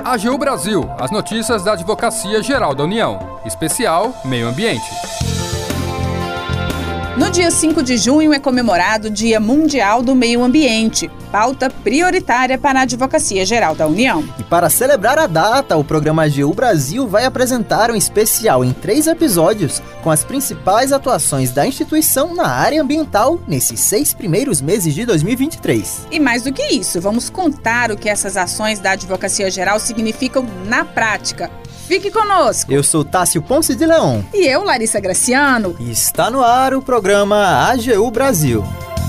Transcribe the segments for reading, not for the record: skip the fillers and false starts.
AGU Brasil, as notícias da Advocacia Geral da União. Especial Meio Ambiente. No dia 5 de junho é comemorado o Dia Mundial do Meio Ambiente, pauta prioritária para a Advocacia Geral da União. E para celebrar a data, o programa AGU Brasil vai apresentar um especial em 3 episódios com as principais atuações da instituição na área ambiental nesses 6 primeiros meses de 2023. E mais do que isso, vamos contar o que essas ações da Advocacia Geral significam na prática. Fique conosco! Eu sou Tássio Ponce de Leon. E eu, Larissa Graciano. E está no ar o programa AGU Brasil.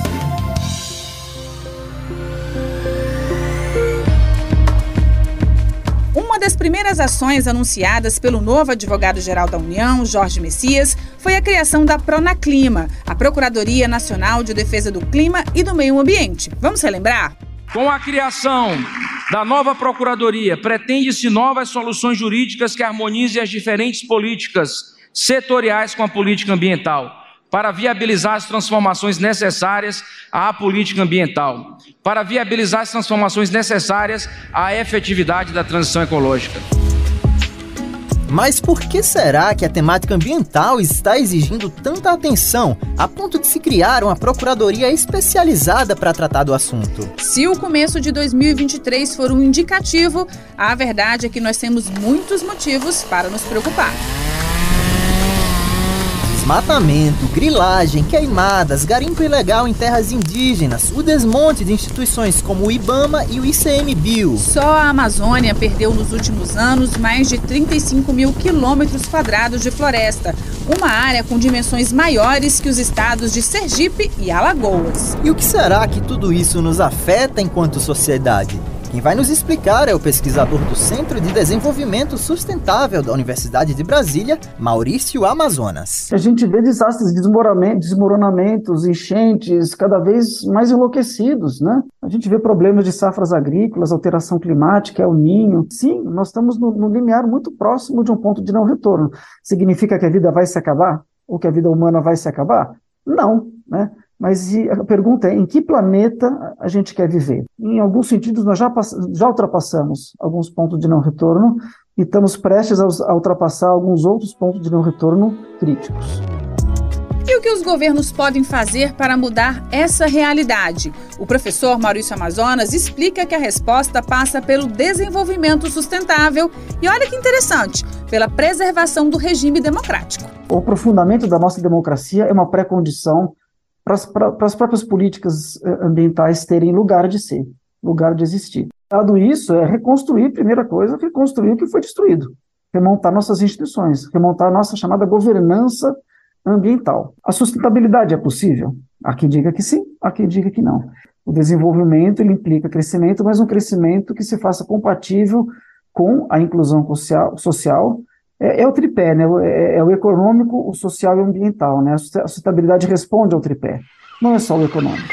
Uma das primeiras ações anunciadas pelo novo advogado-geral da União, Jorge Messias, foi a criação da Pronaclima, a Procuradoria Nacional de Defesa do Clima e do Meio Ambiente. Vamos relembrar? Com a criação da nova Procuradoria, pretende-se novas soluções jurídicas que harmonizem as diferentes políticas setoriais com a política ambiental, para viabilizar as transformações necessárias à política ambiental, para viabilizar as transformações necessárias à efetividade da transição ecológica. Mas por que será que a temática ambiental está exigindo tanta atenção a ponto de se criar uma procuradoria especializada para tratar do assunto? Se o começo de 2023 for um indicativo, a verdade é que nós temos muitos motivos para nos preocupar. Desmatamento, grilagem, queimadas, garimpo ilegal em terras indígenas, o desmonte de instituições como o IBAMA e o ICMBio. Só a Amazônia perdeu nos últimos anos mais de 35 mil quilômetros quadrados de floresta, uma área com dimensões maiores que os estados de Sergipe e Alagoas. E o que será que tudo isso nos afeta enquanto sociedade? Quem vai nos explicar é o pesquisador do Centro de Desenvolvimento Sustentável da Universidade de Brasília, Maurício Amazonas. A gente vê desastres, desmoronamentos, enchentes cada vez mais enlouquecidos, né? A gente vê problemas de safras agrícolas, alteração climática, El Niño. Sim, nós estamos no limiar muito próximo de um ponto de não retorno. Significa que a vida vai se acabar? Ou que a vida humana vai se acabar? Não, né? Mas a pergunta é, em que planeta a gente quer viver? Em alguns sentidos, nós já ultrapassamos alguns pontos de não retorno e estamos prestes a ultrapassar alguns outros pontos de não retorno críticos. E o que os governos podem fazer para mudar essa realidade? O professor Maurício Amazonas explica que a resposta passa pelo desenvolvimento sustentável e, olha que interessante, pela preservação do regime democrático. O aprofundamento da nossa democracia é uma pré-condição para as próprias políticas ambientais terem lugar de ser, lugar de existir. Dado isso, é reconstruir, primeira coisa, reconstruir o que foi destruído, remontar nossas instituições, remontar a nossa chamada governança ambiental. A sustentabilidade é possível? Há quem diga que sim, há quem diga que não. O desenvolvimento ele implica crescimento, mas um crescimento que se faça compatível com a inclusão social. É o tripé, né? É o econômico, o social e o ambiental, né? A sustentabilidade responde ao tripé, não é só o econômico.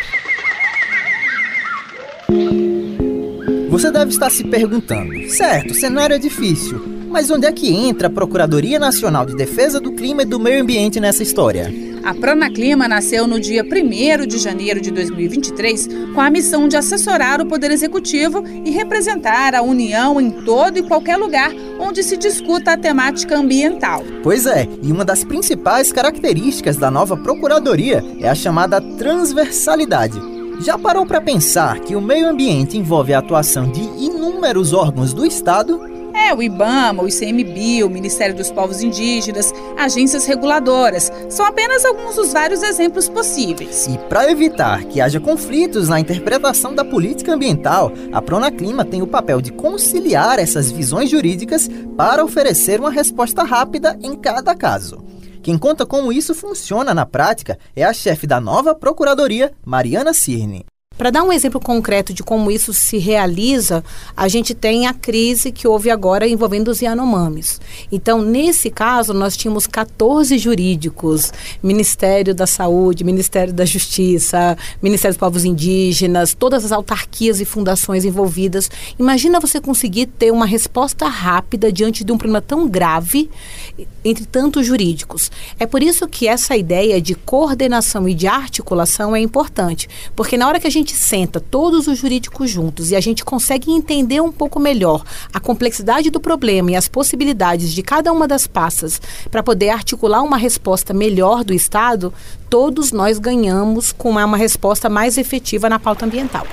Você deve estar se perguntando, certo, o cenário é difícil, mas onde é que entra a Procuradoria Nacional de Defesa do Clima e do Meio Ambiente nessa história? A Pronaclima nasceu no dia 1º de janeiro de 2023 com a missão de assessorar o Poder Executivo e representar a União em todo e qualquer lugar onde se discuta a temática ambiental. Pois é, e uma das principais características da nova Procuradoria é a chamada transversalidade. Já parou para pensar que o meio ambiente envolve a atuação de inúmeros órgãos do Estado? O IBAMA, o ICMBio, o Ministério dos Povos Indígenas, agências reguladoras. São apenas alguns dos vários exemplos possíveis. E para evitar que haja conflitos na interpretação da política ambiental, a Pronaclima tem o papel de conciliar essas visões jurídicas para oferecer uma resposta rápida em cada caso. Quem conta como isso funciona na prática é a chefe da nova Procuradoria, Mariana Cirne. Para dar um exemplo concreto de como isso se realiza, a gente tem a crise que houve agora envolvendo os Yanomamis. Então, nesse caso, nós tínhamos 14 jurídicos, Ministério da Saúde, Ministério da Justiça, Ministério dos Povos Indígenas, todas as autarquias e fundações envolvidas. Imagina você conseguir ter uma resposta rápida diante de um problema tão grave entre tantos jurídicos. É por isso que essa ideia de coordenação e de articulação é importante, porque na hora que a gente gente senta todos os jurídicos juntos e a gente consegue entender um pouco melhor a complexidade do problema e as possibilidades de cada uma das pastas para poder articular uma resposta melhor do Estado, todos nós ganhamos com uma resposta mais efetiva na pauta ambiental.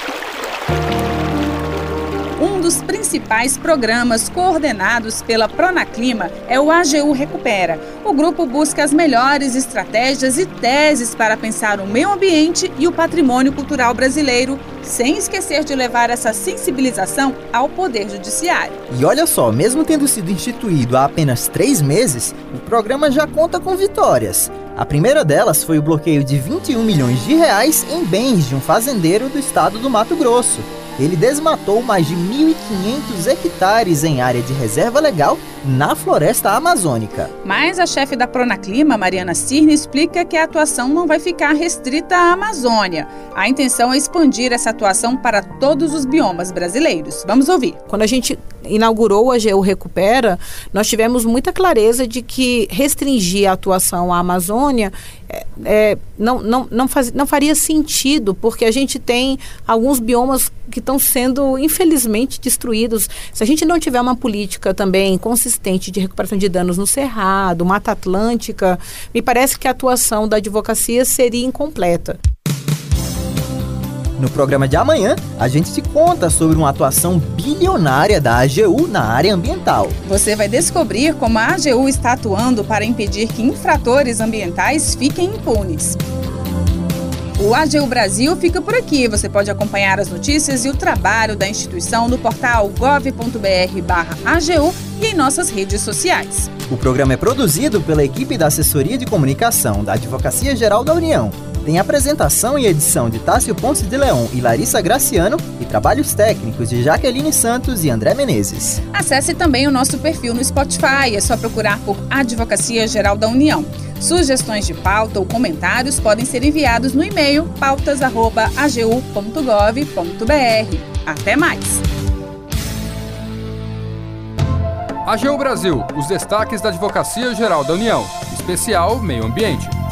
Um dos principais programas coordenados pela Pronaclima é o AGU Recupera. O grupo busca as melhores estratégias e teses para pensar o meio ambiente e o patrimônio cultural brasileiro, sem esquecer de levar essa sensibilização ao Poder Judiciário. E olha só, mesmo tendo sido instituído há apenas 3 meses, o programa já conta com vitórias. A primeira delas foi o bloqueio de 21 milhões de reais em bens de um fazendeiro do estado do Mato Grosso. Ele desmatou mais de 1.500 hectares em área de reserva legal na floresta amazônica. Mas a chefe da Pronaclima, Mariana Cirne, explica que a atuação não vai ficar restrita à Amazônia. A intenção é expandir essa atuação para todos os biomas brasileiros. Vamos ouvir. Quando a gente inaugurou a AGU Recupera, nós tivemos muita clareza de que restringir a atuação à Amazônia não faria sentido, porque a gente tem alguns biomas que estão sendo, infelizmente, destruídos. Se a gente não tiver uma política também consistente de recuperação de danos no Cerrado, Mata Atlântica, me parece que a atuação da advocacia seria incompleta. No programa de amanhã, a gente te conta sobre uma atuação bilionária da AGU na área ambiental. Você vai descobrir como a AGU está atuando para impedir que infratores ambientais fiquem impunes. O AGU Brasil fica por aqui. Você pode acompanhar as notícias e o trabalho da instituição no portal gov.br/AGU e em nossas redes sociais. O programa é produzido pela equipe da Assessoria de Comunicação da Advocacia Geral da União. Tem apresentação e edição de Tássio Ponce de Leon e Larissa Graciano e trabalhos técnicos de Jaqueline Santos e André Menezes. Acesse também o nosso perfil no Spotify, é só procurar por Advocacia Geral da União. Sugestões de pauta ou comentários podem ser enviados no e-mail pautas@agu.gov.br. Até mais! AGU Brasil, os destaques da Advocacia Geral da União, especial Meio Ambiente.